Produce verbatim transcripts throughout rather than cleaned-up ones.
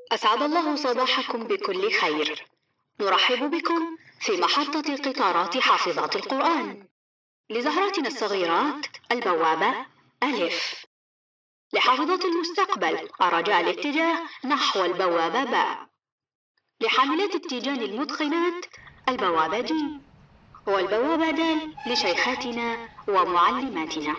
أسعد الله صباحكم بكل خير. نرحب بكم في محطة قطارات حافظات القرآن. لزهراتنا الصغيرات البوابة ألف، لحافظات المستقبل الرجاء الاتجاه نحو البوابة باء، لحاملات التيجان المتقنات البوابة جيم، والبوابة دال لشيخاتنا ومعلماتنا.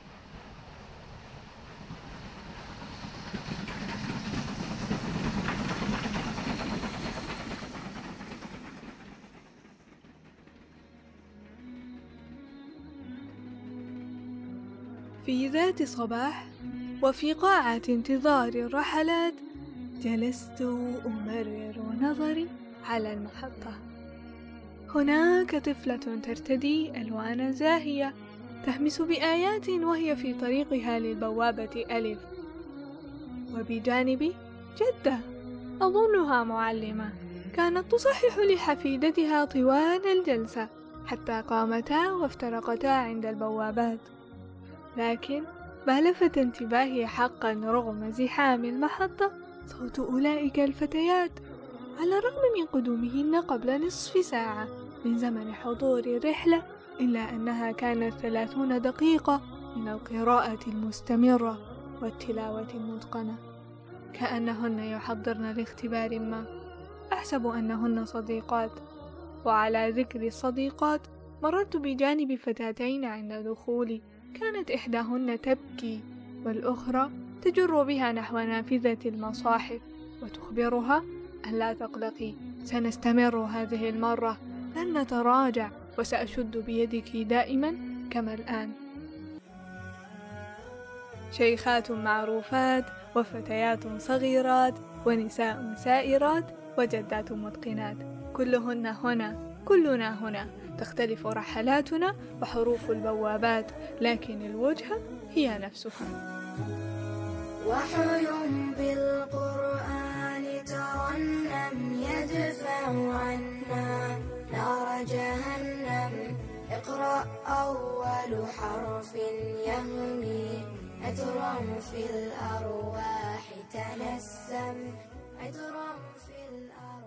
في ذات صباح وفي قاعة انتظار الرحلات جلست أمرر نظري على المحطة. هناك طفلة ترتدي ألوانا زاهية تهمس بآيات وهي في طريقها للبوابة ألف، وبجانبي جدة أظنها معلمة كانت تصحح لحفيدتها طوال الجلسة حتى قامتا وافترقتا عند البوابات. لكن ما لفت انتباهي حقا رغم زحام المحطة صوت أولئك الفتيات، على الرغم من قدومهن قبل نصف ساعة من زمن حضور الرحلة، إلا أنها كانت ثلاثون دقيقة من القراءة المستمرة والتلاوة المتقنة، كأنهن يحضرن لاختبار ما. أحسب أنهن صديقات. وعلى ذكر الصديقات، مررت بجانب فتاتين عند دخولي، كانت إحداهن تبكي والأخرى تجر بها نحو نافذة المصاحف وتخبرها أن لا تقلقي، سنستمر هذه المرة، لن نتراجع، وسأشد بيدك دائما كما الآن. شيخات معروفات وفتيات صغيرات ونساء سائرات وجدات متقنات، كلهن هنا، كلنا هنا، تختلف رحلاتنا وحروف البوابات، لكن الوجهة هي نفسها. وحي بالقرآن ترنم يدفع عنا نار جهنم. اقرأ أول حرف يهمي عطرا في الأرواح تنسم، عطرا في الأرواح.